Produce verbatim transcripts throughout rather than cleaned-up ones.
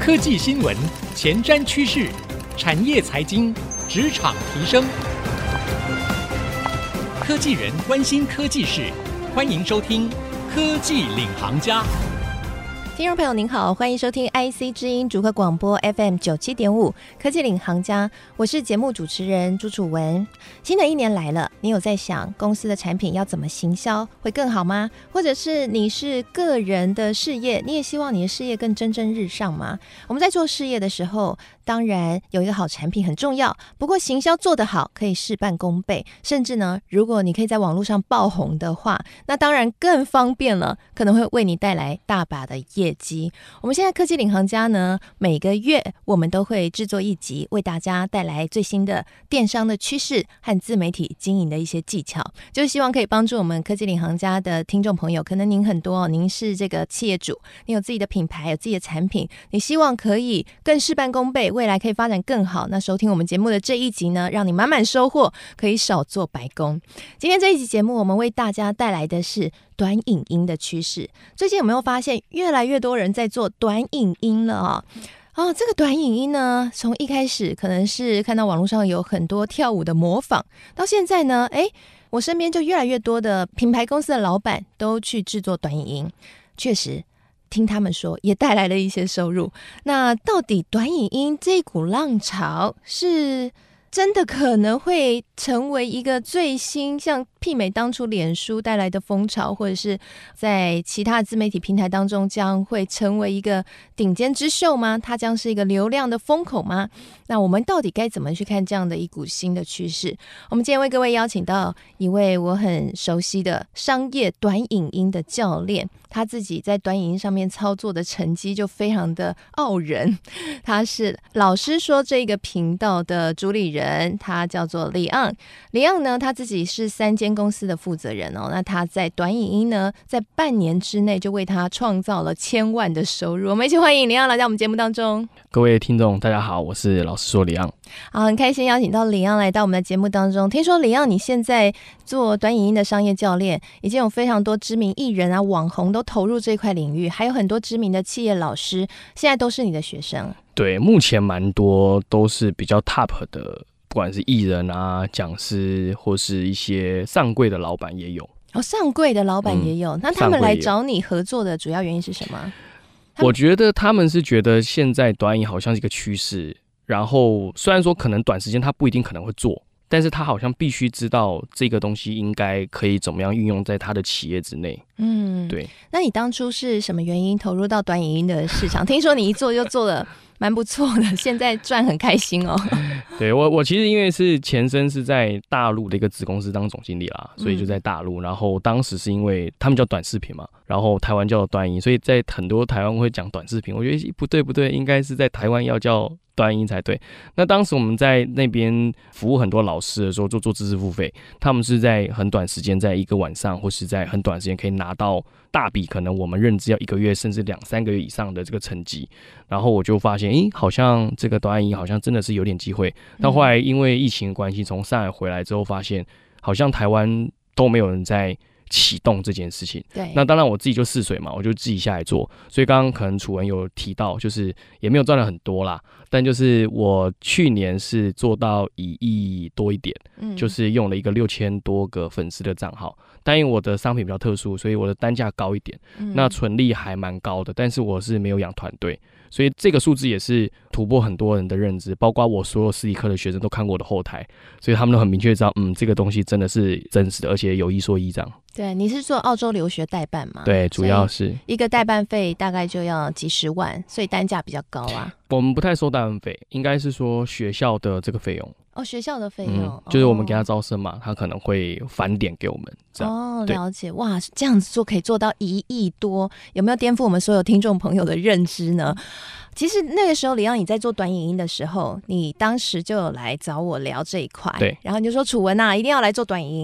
科技新闻、前瞻趋势、产业财经、职场提升，科技人关心科技事，欢迎收听《科技领航家》。 听众朋友您好，欢迎收听 I C 之音竹科广播 F M 九七点五科技领航家，我是节目主持人朱楚文。新的一年来了，你有在想公司的产品要怎么行销会更好吗？或者是你是个人的事业，你也希望你的事业更蒸蒸日上吗？我们在做事业的时候，当然有一个好产品很重要，不过行销做得好可以事半功倍，甚至呢，如果你可以在网络上爆红的话，那当然更方便了，可能会为你带来大把的业绩。我们现在科技领航家呢，每个月我们都会制作一集，为大家带来最新的电商的趋势和自媒体经营的一些技巧，就是希望可以帮助我们科技领航家的听众朋友，可能您很多、哦、您是这个企业主，你有自己的品牌，有自己的产品，你希望可以更事半功倍，未来可以发展更好，那收听我们节目的这一集呢，让你满满收获，可以少做白工。今天这一集节目，我们为大家带来的是短影音的趋势。最近有没有发现越来越多人在做短影音了啊、哦？哦，这个短影音呢，从一开始可能是看到网络上有很多跳舞的模仿，到现在呢，哎，我身边就越来越多的品牌公司的老板都去制作短影音，确实听他们说也带来了一些收入。那到底短影音这股浪潮是真的可能会成为一个最新像媲美当初脸书带来的风潮，或者是在其他自媒体平台当中将会成为一个顶尖之秀吗？它将是一个流量的风口吗？那我们到底该怎么去看这样的一股新的趋势？我们今天为各位邀请到一位我很熟悉的商业短影音的教练，他自己在短影音上面操作的成绩就非常的傲人。他是老师说这个频道的主理人，他叫做李昂。李昂呢，他自己是三间公司的负责人哦。那他在短影音呢，在半年之内就为他创造了千万的收入。我们一起欢迎李昂来到我们节目当中。 各位听众大家好，我是老师说李昂。 好，很开心邀请到李昂来到我们的节目当中。听说李昂你现在做短影音的商业教练，已经有非常多知名艺人啊、网红都投入这块领域，还有很多知名的企业老师现在都是你的学生。 对，目前蛮多都是比较 top 的，不管是艺人啊、讲师或是一些上柜的老板也有。 哦，上柜的老板也有、嗯、那他们来找你合作的主要原因是什么？ 我觉得他们是觉得现在短影好像是一个趋势，然后虽然说可能短时间他不一定可能会做，但是他好像必须知道这个东西应该可以怎么样运用在他的企业之内。嗯，对。 那你当初是什么原因投入到短影音的市场？听说你一做就做了蛮不错的，现在赚很开心哦。 对，我我其实因为是前身是在大陆的一个子公司当总经理啦，所以就在大陆、嗯、然后当时是因为他们叫短视频嘛，然后台湾叫短影音，所以在很多台湾会讲短视频，我觉得不对不对，应该是在台湾要叫短影音才对。那当时我们在那边服务很多老师的时候，就做知识付费，他们是在很短时间，在一个晚上或是在很短时间可以拿到大笔，可能我们认知要一个月甚至两三个月以上的这个成绩。然后我就发现，诶，好像这个短影音好像真的是有点机会。那后来因为疫情的关系，从上海回来之后，发现好像台湾都没有人在启动这件事情。对，那当然我自己就试水嘛，我就自己下来做。所以刚刚可能楚文有提到，就是也没有赚了很多啦，但就是我去年是做到一亿多一点，嗯，就是用了一个六千多个粉丝的账号。但因为我的商品比较特殊，所以我的单价高一点，嗯、那纯利还蛮高的，但是我是没有养团队。所以这个数字也是突破很多人的认知，包括我所有实体课的学生都看过我的后台，所以他们都很明确知道，嗯，这个东西真的是真实的，而且有一说一这样。 对，你是做澳洲留学代办吗？ 对，主要是一个代办费大概就要几十万，所以单价比较高啊。 我们不太收代办费，应该是说学校的这个费用。 哦，学校的费用、嗯， 就是我们给他招生嘛，哦、他可能会返点给我们这样。 哦，了解。哇，这样子做可以做到一亿多，有没有颠覆我们所有听众朋友的认知呢？其实那个时候李昂你在做短影音的时候，你当时就有来找我聊这一块，对，然后你就说楚文啊，一定要来做短影音。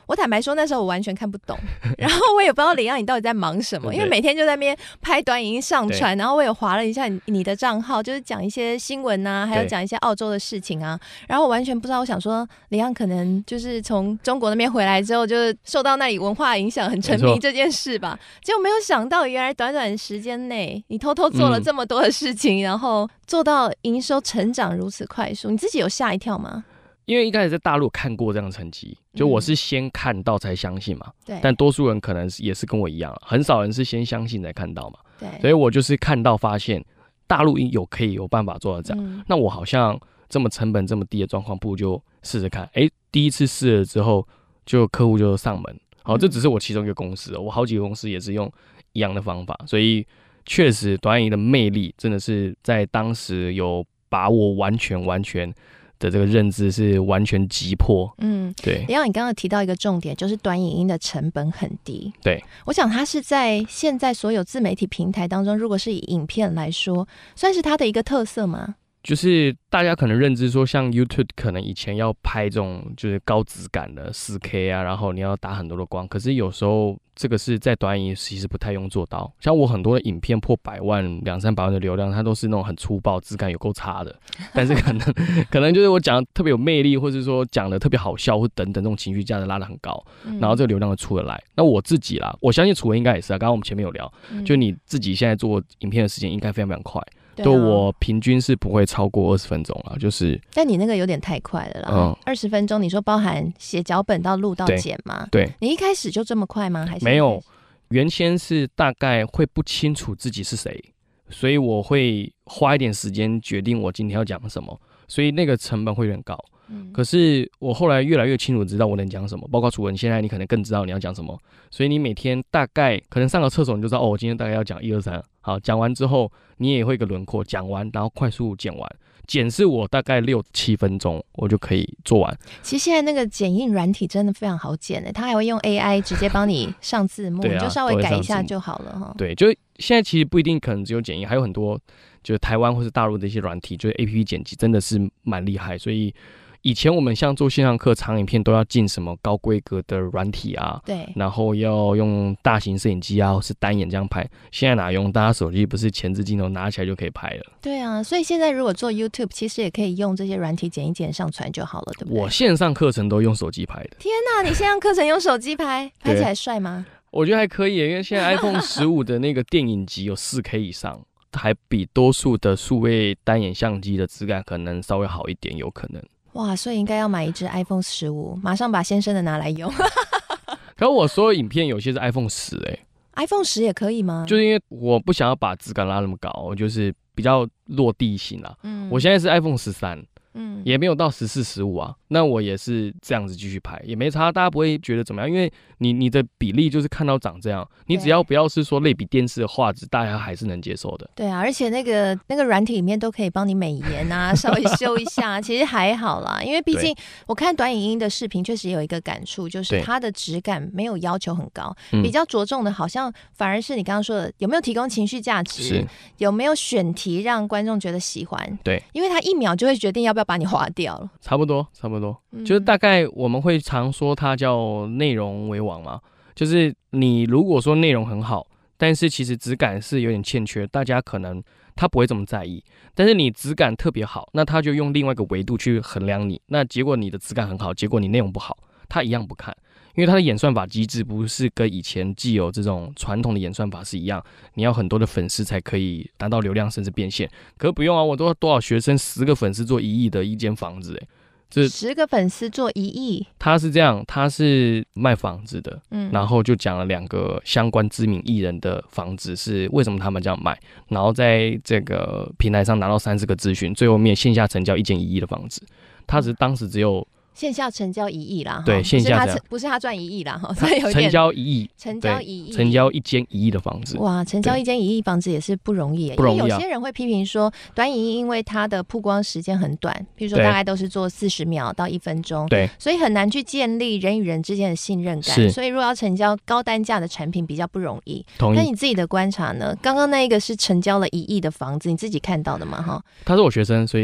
我坦白说那时候我完全看不懂，然后我也不知道李昂你到底在忙什么，因为每天就在那边拍短影音上传，然后我也滑了一下 你, 你的账号，就是讲一些新闻啊，还有讲一些澳洲的事情啊，然后我完全不知道，我想说李昂可能就是从中国那边回来之后，就是受到那里文化影响，很沉迷这件事吧。结果没有想到，原来短短的时间内，你偷偷做了这么多的事情，嗯、然后做到营收成长如此快速，你自己有吓一跳吗？ 因为一开始在大陆看过这样的成绩，就我是先看到才相信嘛。对、嗯。但多数人可能也是跟我一样，很少人是先相信才看到嘛。对。所以我就是看到发现大陆有可以有办法做到这样，嗯、那我好像这么成本这么低的状况，不如就试试看。哎、欸，第一次试了之后，就客户就上门。好，这只是我其中一个公司，我好几个公司也是用一样的方法，所以确实短影音的魅力真的是在当时有把我完全完全的这个认知是完全击破。嗯，对。 李昂，你刚刚提到一个重点，就是短影音的成本很低。 对， 我想它是在现在所有自媒体平台当中，如果是以影片来说，算是它的一个特色吗？ 就是大家可能认知说，像 YouTube 可能以前要拍这种就是高质感的 四 K 啊，然后你要打很多的光，可是有时候这个是在短影音其实不太用做到。像我很多的影片破百万、两三百万的流量，它都是那种很粗暴、质感有够差的。但是可能可能就是我讲的特别有魅力，或是说讲的特别好笑，或等等这种情绪价值拉得很高，嗯、然后这个流量就出得来。那我自己啦，我相信楚文应该也是啊。刚刚我们前面有聊，嗯、就你自己现在做影片的时间应该非常非常快。对、啊，我平均是不会超过二十分钟啦，就是。 但你那个有点太快了啦，二十、嗯、分钟，你说包含写脚本到录到剪吗？ 对， 你一开始就这么快吗？还是没有？原先是大概会不清楚自己是谁，所以我会花一点时间决定我今天要讲什么，所以那个成本会有点高。嗯、可是我后来越来越清楚知道我能讲什么，包括楚文现在你可能更知道你要讲什么，所以你每天大概可能上个厕所你就知道哦，我今天大概要讲一二三。好，讲完之后你也会一个轮廓，讲完然后快速剪完，剪是我大概六七分钟我就可以做完。 其实现在那个剪映软体真的非常好剪诶，它还会用 A I 直接帮你上字幕，啊、你就稍微改一下就好了哈。 对，就现在其实不一定可能只有剪映，还有很多就是台湾或是大陆的一些软体，就是 A P P 剪辑真的是蛮厉害，所以。以前我们像做线上课长影片都要进什么高规格的软体啊，对，然后要用大型摄影机啊，或是单眼这样拍。现在哪用？大家手机不是前置镜头拿起来就可以拍了。 对啊，所以现在如果做 YouTube， 其实也可以用这些软体剪一剪上传就好了，对不对？ 我线上课程都用手机拍的。 天哪，你线上课程用手机拍，拍起来帅吗？ 我觉得还可以，因为现在 iPhone 十五的那个电影级有 四 K 以上，还比多数的数位单眼相机的质感可能稍微好一点，有可能。 哇，所以应该要买一支 iPhone 十五，马上把先生的拿来用。 可是我所有影片有些是 iPhone 十哎、 欸、，iPhone 十也可以吗？ 就是因为我不想要把质感拉那么高，我就是比较落地型啦。嗯，我现在是 iPhone 十三。嗯，也没有到十四、十五啊，那我也是这样子继续拍，也没差，大家不会觉得怎么样，因为你你的比例就是看到长这样，你只要不要是说类比电视的画质，大家还是能接受的。 对啊，而且那个那个软体里面都可以帮你美颜啊，稍微修一下，其实还好啦，因为毕竟我看短影音的视频，确实有一个感触，就是它的质感没有要求很高，比较着重的好像反而是你刚刚说的有没有提供情绪价值，有没有选题让观众觉得喜欢。对，因为它一秒就会决定要不要把你划掉了。 差不多差不多、嗯、就是大概我们会常说它叫内容为王嘛，就是你如果说内容很好，但是其实质感是有点欠缺，大家可能他不会这么在意，但是你质感特别好，那他就用另外一个维度去衡量你，那结果你的质感很好，结果你内容不好，他一样不看，因为它的演算法机制不是跟以前既有这种传统的演算法是一样，你要很多的粉丝才可以达到流量甚至变现。可是不用啊，我都要多少学生，十个粉丝做一亿的一间房子、欸，这十个粉丝做一亿。 他是这样，他是卖房子的，嗯，然后就讲了两个相关知名艺人的房子是为什么他们这样卖，然后在这个平台上拿到三十个资讯，最后面线下成交一间一亿的房子，他只当时只有。 线下成交一亿啦， 对，线下不是他赚一亿啦，所以有点成交一亿， 成交一亿， 成交一间一亿的房子， 哇，成交一间一亿房子也是不容易， 不容易、啊。 因为有些人会批评说，短影音因为它的曝光时间很短，比如说大概都是做四十秒到一分钟，对，所以很难去建立人与人之间的信任感，所以如果要成交高单价的产品比较不容易。同意。那你自己的观察呢？刚刚那一个是成交了一亿的房子，你自己看到的吗？哈， 他是我学生，所以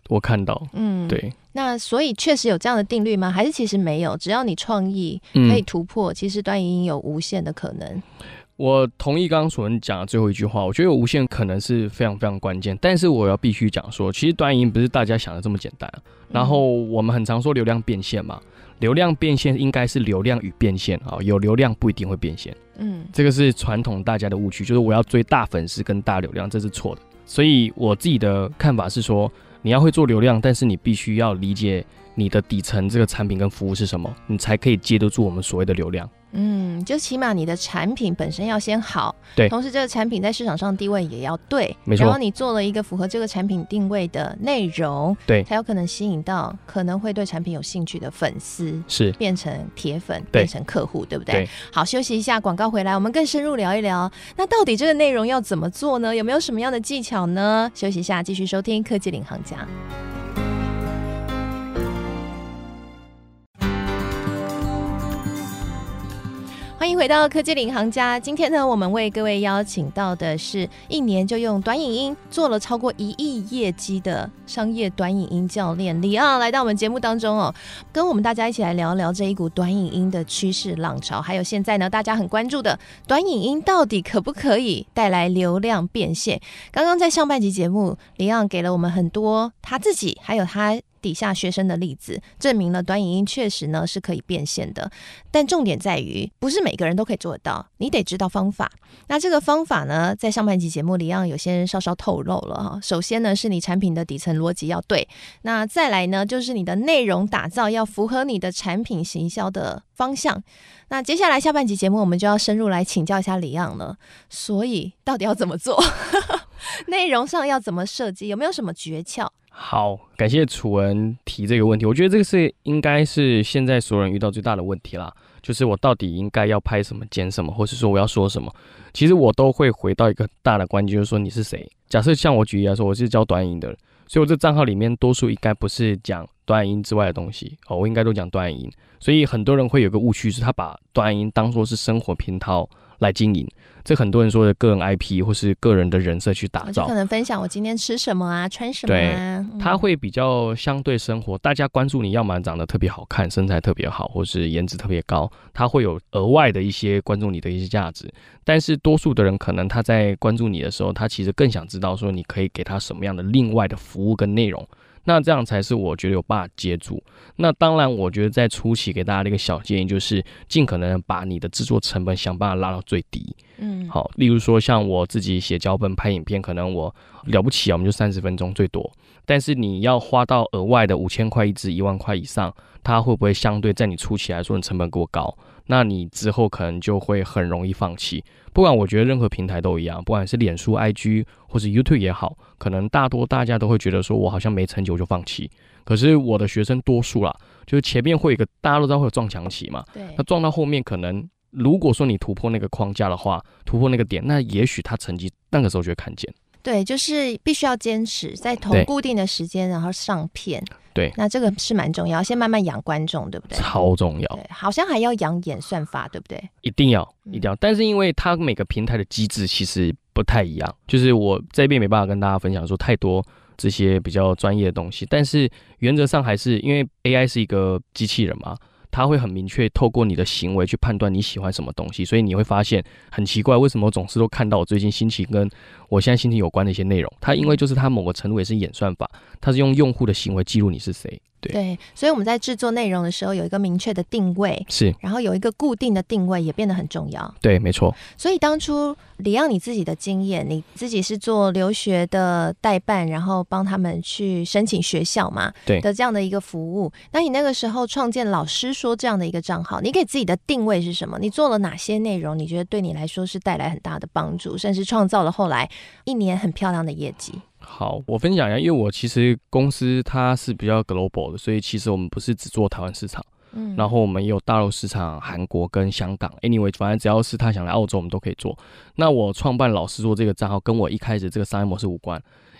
我看到，嗯，对。 那所以确实有这样的定律吗？还是其实没有？只要你创意可以突破，嗯、其实短影音有无限的可能。 我同意刚刚楚文讲的最后一句话，我觉得有无限可能是非常非常关键。但是我要必须讲说，其实短影音不是大家想的这么简单。然后我们很常说流量变现嘛，流量变现应该是流量与变现啊，有流量不一定会变现。嗯，这个是传统大家的误区，就是我要追大粉丝跟大流量，这是错的。所以我自己的看法是说，你要会做流量，但是你必须要理解你的底层这个产品跟服务是什么，你才可以接得住我们所谓的流量。 嗯，就起码你的产品本身要先好， 对， 同时这个产品在市场上地位也要对， 没错。 然后你做了一个符合这个产品定位的内容， 对， 才有可能吸引到可能会对产品有兴趣的粉丝， 是变成铁粉，变成客户，对不对？对。好，休息一下，广告回来，我们更深入聊一聊，那到底这个内容要怎么做呢？有没有什么样的技巧呢？休息一下，继续收听科技领航家。欢迎回到科技领航家。今天呢，我们为各位邀请到的是一年就用短影音做了超过一亿业绩的商业短影音教练李昂来到我们节目当中哦，跟我们大家一起来聊聊这一股短影音的趋势浪潮，还有现在呢大家很关注的短影音到底可不可以带来流量变现。刚刚在上半集节目，李昂给了我们很多他自己还有他底下学生的例子，证明了短影音确实呢是可以变现的，但重点在于不是每个人都可以做得到，你得知道方法。那这个方法呢，在上半集节目里让有些人稍稍透露了哈。首先呢，是你产品的底层逻辑要对，那再来呢，就是你的内容打造要符合你的产品行销的方向。那接下来下半集节目我们就要深入来请教一下李昂了，所以到底要怎么做？内容上要怎么设计？有没有什么诀窍？ 好，感谢楚文提这个问题。我觉得这个是应该是现在所有人遇到最大的问题啦，就是我到底应该要拍什么、剪什么，或是说我要说什么。其实我都会回到一个大的关键，就是说你是谁。假设像我举例来说，我是教短影音的人，所以我这账号里面多数应该不是讲短影音之外的东西哦，我应该都讲短影音。所以很多人会有个误区，是他把短影音当作是生活频道来经营，这很多人说的个人 I P 或是个人的人设去打造， 我就可能分享我今天吃什么啊，穿什么啊， 对，他会比较相对生活，大家关注你要么长得特别好看，身材特别好，或是颜值特别高，他会有额外的一些关注你的一些价值。但是多数的人可能他在关注你的时候，他其实更想知道说你可以给他什么样的另外的服务跟内容，那这样才是我觉得有办法接住。那当然我觉得在初期给大家的一个小建议就是尽可能把你的制作成本想办法拉到最低。嗯，好，例如说像我自己写脚本拍影片，可能我了不起啊，我们就三十分钟最多，但是你要花到额外的五千块一支一万块以上，它会不会相对在你初期来说你成本过高，那你之后可能就会很容易放弃。不管我觉得任何平台都一样，不管是脸书 I G 或是 YouTube 也好，可能大多大家都会觉得说我好像没成就就放弃。可是我的学生多数啦，就是前面会有一个大家都知道会有撞墙期嘛，对，那撞到后面可能如果说你突破那个框架的话，突破那个点，那也许他成绩那个时候就会看见。 对，就是必须要坚持在同固定的时间然后上片。 对， 那这个是蛮重要，先慢慢养观众，对不对？ 超重要。 对，好像还要养演算法，对不对？ 一定要，一定要。嗯、但是因为它每个平台的机制其实不太一样，就是我这边没办法跟大家分享说太多这些比较专业的东西，但是原则上还是因为 A I 是一个机器人嘛。他会很明确透过你的行为去判断你喜欢什么东西，所以你会发现很奇怪，为什么我总是都看到我最近心情跟我现在心情有关的一些内容。它因为就是它某个程度也是演算法，它是用用户的行为记录你是谁。对, 对，所以我们在制作内容的时候有一个明确的定位， 是， 然后有一个固定的定位也变得很重要。 对，没错。 所以当初李昂你自己的经验，你自己是做留学的代办，然后帮他们去申请学校嘛，对的这样的一个服务。那你那个时候创建老师说这样的一个账号，你给自己的定位是什么？你做了哪些内容？你觉得对你来说是带来很大的帮助，甚至创造了后来一年很漂亮的业绩？ 好，我分享一下，因为我其实公司它是比较 global 的，所以其实我们不是只做台湾市场，嗯，然后我们也有大陆市场、韩国跟香港 ，anyway， 反正只要是他想来澳洲，我们都可以做。那我创办老师做这个账号，跟我一开始这个商业模式无关，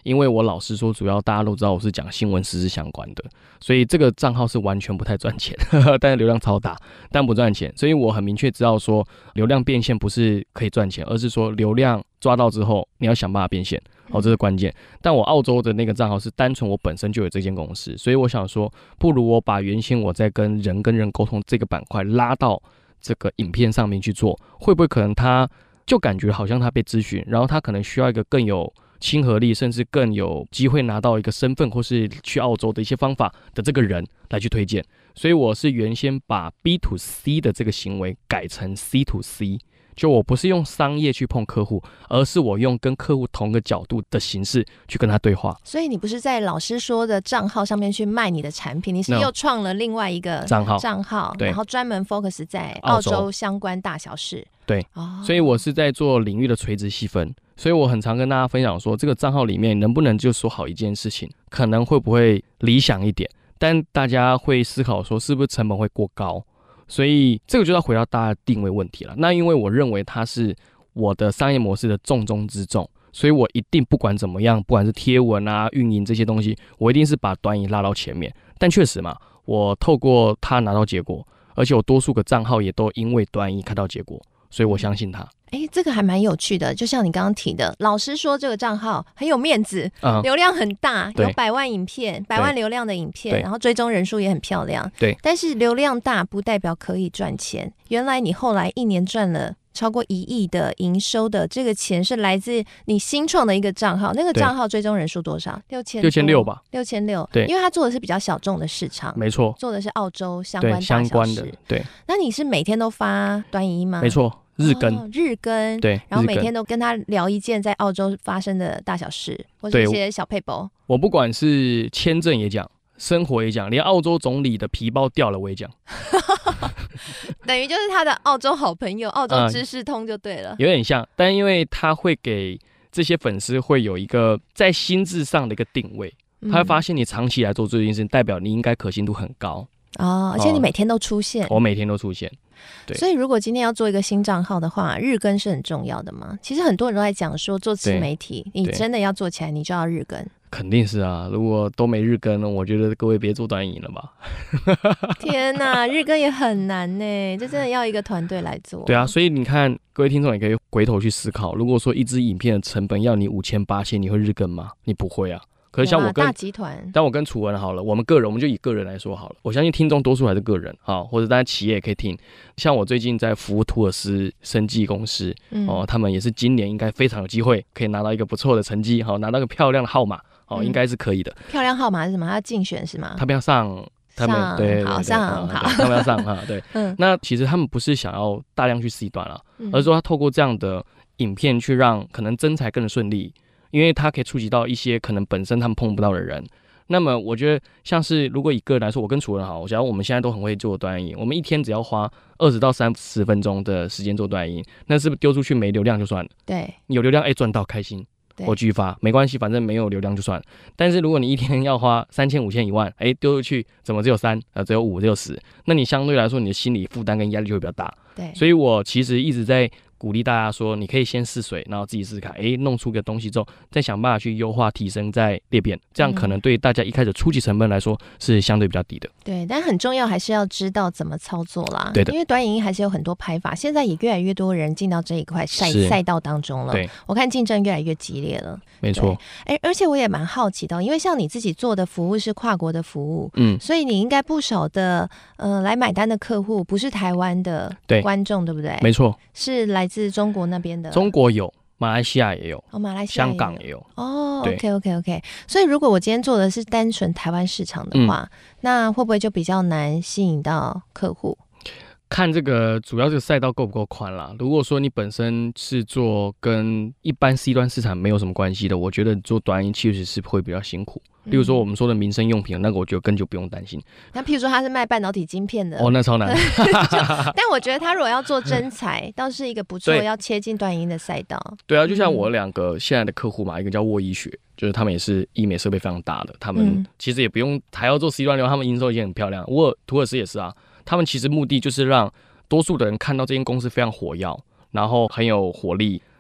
因为我老实说，主要大家都知道我是讲新闻时事相关的，所以这个账号是完全不太赚钱，呵呵，但是流量超大，但不赚钱。所以我很明确知道说，流量变现不是可以赚钱，而是说流量抓到之后，你要想办法变现，哦，这是关键。但我澳洲的那个账号是单纯我本身就有这间公司，所以我想说，不如我把原先我在跟人跟人沟通这个板块拉到这个影片上面去做，会不会可能他就感觉好像他被咨询，然后他可能需要一个更有亲和力，甚至更有机会拿到一个身份或是去澳洲的一些方法的这个人来去推荐。所以我是原先把 B to C 的这个行为改成 C to C， 就我不是用商业去碰客户，而是我用跟客户同个角度的形式去跟他对话。 所以你不是在老师说的账号上面去卖你的产品，你是又创了另外一个账号，账号然后专门 focus 在澳洲相关大小事。 对、哦，所以我是在做领域的垂直细分，所以我很常跟大家分享说，这个账号里面能不能就说好一件事情，可能会不会理想一点，但大家会思考说是不是成本会过高，所以这个就要回到大家的定位问题了。那因为我认为它是我的商业模式的重中之重，所以我一定不管怎么样，不管是贴文啊、运营这些东西，我一定是把短影拉到前面。但确实嘛，我透过它拿到结果，而且我多数个账号也都因为短影看到结果。所以我相信他。 哎、欸，这个还蛮有趣的，就像你刚刚提的，老师说这个账号很有面子，嗯、流量很大，有百万影片、百万流量的影片，然后追踪人数也很漂亮。 对， 但是流量大不代表可以赚钱。原来你后来一年赚了超过一亿的营收的这个钱是来自你新创的一个账号，那个账号追踪人数多少？六千六千六吧， 六千六。 对， 因为他做的是比较小众的市场， 没错， 做的是澳洲相关大小事。 相关的，对。 那你是每天都发短影音吗？ 没错。日更、 哦、日更， 对， 然后每天都跟他聊一件在澳洲发生的大小事，或者一些小撇步。 我不管是签证也讲，生活也讲，连澳洲总理的皮包掉了我也讲。 等于就是他的澳洲好朋友，澳洲知识通就对了、嗯。 有点像，但因为他会给这些粉丝会有一个在心智上的一个定位，嗯、他会发现你长期来做这件事情，代表你应该可信度很高。 哦，而且你每天都出现。 我每天都出现。对， 所以如果今天要做一个新账号的话，日更是很重要的嘛。其实很多人都在讲说，做自媒体你真的要做起来，你就要日更。 肯定是啊，如果都没日更，我觉得各位别做短影了吧。 天哪，日更也很难呢，这真的要一个团队来做。 对啊，所以你看，各位听众也可以回头去思考，如果说一支影片的成本要你五千八千，你会日更吗？你不会啊。可是像我跟大集团， 但我跟楚文好了，我们个人，我们就以个人来说好了。我相信听众多数还是个人啊，或者大家企业也可以听。像我最近在服务图尔斯生技公司，嗯、哦，他们也是今年应该非常有机会可以拿到一个不错的成绩，好、哦，拿到一个漂亮的号码，哦，嗯、应该是可以的。 漂亮号码是什么？他要竞选是吗？ 他们要上，他们对， 好上好， 他们要上哈，对。嗯，那其实他们不是想要大量去 C 端了，嗯、而是说他透过这样的影片去让可能征才更顺利。因为它可以触及到一些可能本身他们碰不到的人，那么我觉得像是如果以个人来说，我跟楚文好，假如我们现在都很会做短影，我们一天只要花二十到三十分钟的时间做短影，那是不是丢出去没流量就算了？ 对， 有流量哎赚到开心，我继续发没关系，反正没有流量就算了。但是如果你一天要花三千五千一万，哎丢出去怎么只有三呃只有五只有十，那你相对来说你的心理负担跟压力就会比较大。 对， 所以我其实一直在鼓励大家说，你可以先试水，然后自己试试看，哎，弄出个东西之后，再想办法去优化、提升、再裂变，这样可能对大家一开始初期成本来说是相对比较低的。 对，但很重要还是要知道怎么操作啦。 对的， 因为短影音还是有很多拍法，现在也越来越多人进到这一块赛赛道当中了。 对， 我看竞争越来越激烈了。 没错。 哎，而且我也蛮好奇的，因为像你自己做的服务是跨国的服务，嗯，所以你应该不少的呃来买单的客户不是台湾的观众， 对, 对不对？ 没错， 是来自中国那边的。 中国有，马来西亚也有， 哦，马来西亚也有， 香港也有。 哦 ，OK OK OK。所以如果我今天做的是单纯台湾市场的话，嗯、那会不会就比较难吸引到客户？ 看这个主要这个赛道够不够宽啦。如果说你本身是做跟一般 C 端市场没有什么关系的，我觉得做短影确实是会比较辛苦。例如说我们说的民生用品，那个我觉得根本就不用担心。 那譬如说他是卖半导体晶片的， 哦，那超难。 但我觉得他如果要做真材，倒是一个不错要切进短影音的赛道。 对啊，就像我两个现在的客户嘛，一个叫沃医学，就是他们也是医美设备非常大的，他们其实也不用还要做 C 端流，他们营收已经很漂亮。沃图尔斯也是啊，他们其实目的就是让多数的人看到这间公司非常火药，然后很有活力。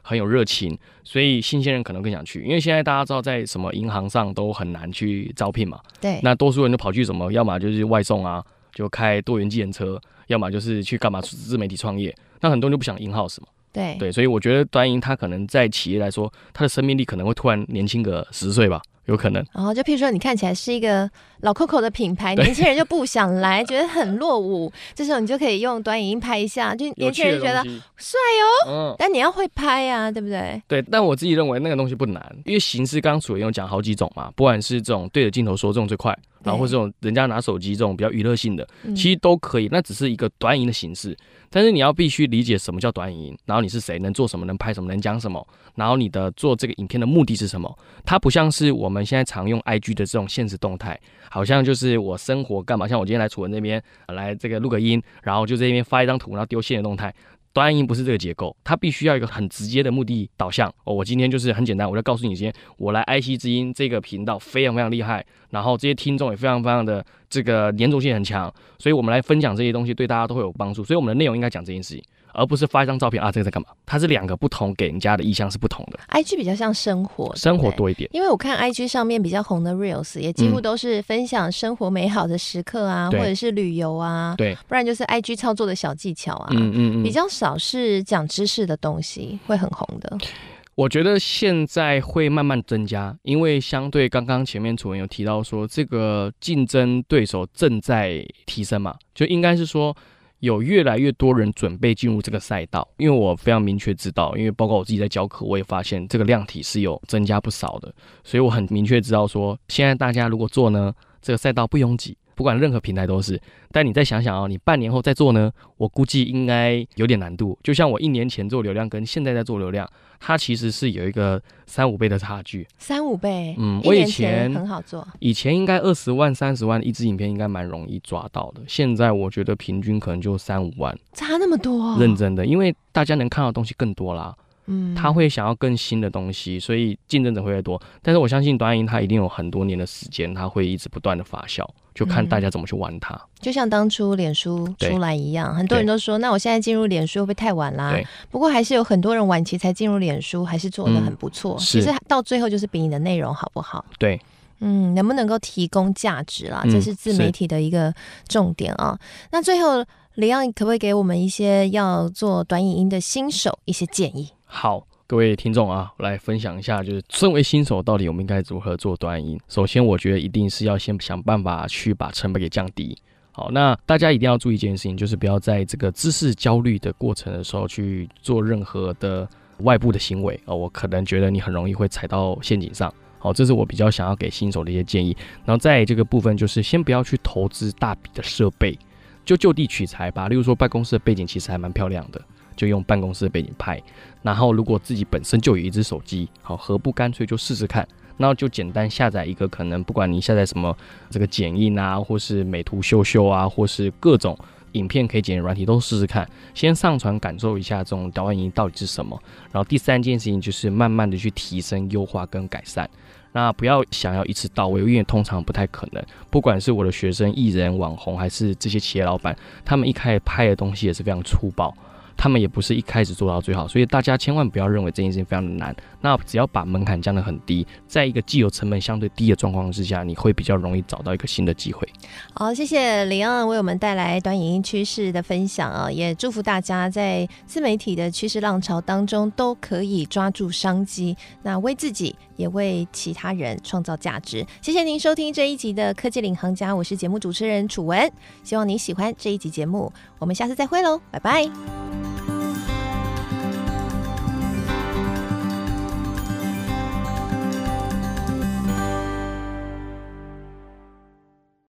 很有热情，所以新鲜人可能更想去。因为现在大家知道，在什么银行上都很难去招聘嘛， 对， 那多数人都跑去什么，要么就是外送啊，就开多元计程车，要么就是去干嘛自媒体创业，那很多人就不想 in house 嘛。 对对，所以我觉得短影音它可能在企业来说，它的生命力可能会突然年轻个十岁吧，有可能。 然后就譬如说，你看起来是一个老 Coco 的品牌，年轻人就不想来，觉得很落伍。这时候你就可以用短影音拍一下，就年轻人就觉得帅哦。嗯，但你要会拍啊，对不对？ 对，但我自己认为那个东西不难，因为形式刚刚楚文有讲好几种嘛，不管是这种对着镜头说这种最快，然后或者这种人家拿手机这种比较娱乐性的， 嗯、 其实都可以。那只是一个短影音的形式。但是你要必须理解什么叫短影音，然后你是谁，能做什么，能拍什么，能讲什么，然后你的做这个影片的目的是什么。它不像是我们现在常用 I G 的这种限时动态，好像就是我生活干嘛，像我今天来楚文那边来这个录个音，然后就在那边发一张图，然后丢现的动态。短影音不是这个结构，它必须要有一个很直接的目的导向。哦，我今天就是很简单，我就告诉你，今天我来 I C 之音这个频道非常非常厉害，然后这些听众也非常非常的这个黏着性很强，所以我们来分享这些东西对大家都会有帮助。所以我们的内容应该讲这件事情，而不是发一张照片啊，这个在干嘛？它是两个不同给人家的意向是不同的。 I G 比较像生活， 生活多一点， 因为我看 I G 上面比较红的 Reels 也几乎都是分享生活美好的时刻啊， 嗯、 或者是旅游啊， 对， 不然就是 I G 操作的小技巧啊， 嗯嗯嗯， 比较少是讲知识的东西会很红的。 我觉得现在会慢慢增加，因为相对刚刚前面楚文有提到说，这个竞争对手正在提升嘛，就应该是说有越来越多人准备进入这个赛道。因为我非常明确知道，因为包括我自己在教课，我也发现这个量体是有增加不少的，所以我很明确知道说，现在大家如果做呢，这个赛道不拥挤。不管任何平台都是，但你再想想哦，你半年后再做呢，我估计应该有点难度。就像我一年前做流量跟现在在做流量，它其实是有一个三五倍的差距。 三五倍， 嗯，我以前很好做， 以前应该二十万、三十万一支影片应该蛮容易抓到的，现在我觉得平均可能就三五万， 差那么多， 认真的，因为大家能看到的东西更多啦。 嗯， 他会想要更新的东西，所以竞争者会越多。但是我相信短影音它一定有很多年的时间，它会一直不断的发酵，就看大家怎么去玩它。嗯、 就像当初脸书出来一样，很多人都说，那我现在进入脸书会不会太晚啦？不过还是有很多人晚期才进入脸书，还是做得很不错。嗯、其实到最后就是比你的内容好不好。 对。 嗯，能不能够提供价值啦？这是自媒体的一个重点啊。嗯、那最后，李昂可不可以给我们一些要做短影音的新手一些建议？ 好，各位听众啊，我来分享一下，就是身为新手，到底我们应该如何做短影音？首先，我觉得一定是要先想办法去把成本给降低。好，那大家一定要注意一件事情，就是不要在这个知识焦虑的过程的时候去做任何的外部的行为哦。我可能觉得你很容易会踩到陷阱上。好，这是我比较想要给新手的一些建议。然后在这个部分，就是先不要去投资大笔的设备，就就地取材吧。例如说，办公室的背景其实还蛮漂亮的。就用办公室的背景拍，然后如果自己本身就有一只手机，好，何不干脆就试试看？然后就简单下载一个，可能不管你下载什么这个剪映啊，或是美图秀秀啊，或是各种影片可以剪的软体都试试看，先上传感受一下这种短影音到底是什么。然后第三件事情就是慢慢的去提升、优化跟改善。那不要想要一次到位，因为通常不太可能。不管是我的学生、艺人、网红，还是这些企业老板，他们一开始拍的东西也是非常粗暴。他们也不是一开始做到最好，所以大家千万不要认为这件事情非常的难。那只要把门槛降得很低，在一个既有成本相对低的状况之下，你会比较容易找到一个新的机会。 好，谢谢李昂为我们带来短影音趋势的分享啊，也祝福大家在自媒体的趋势浪潮当中都可以抓住商机，那为自己也为其他人创造价值。谢谢您收听这一集的科技领航家，我是节目主持人楚文，希望你喜欢这一集节目，我们下次再会喽，拜拜。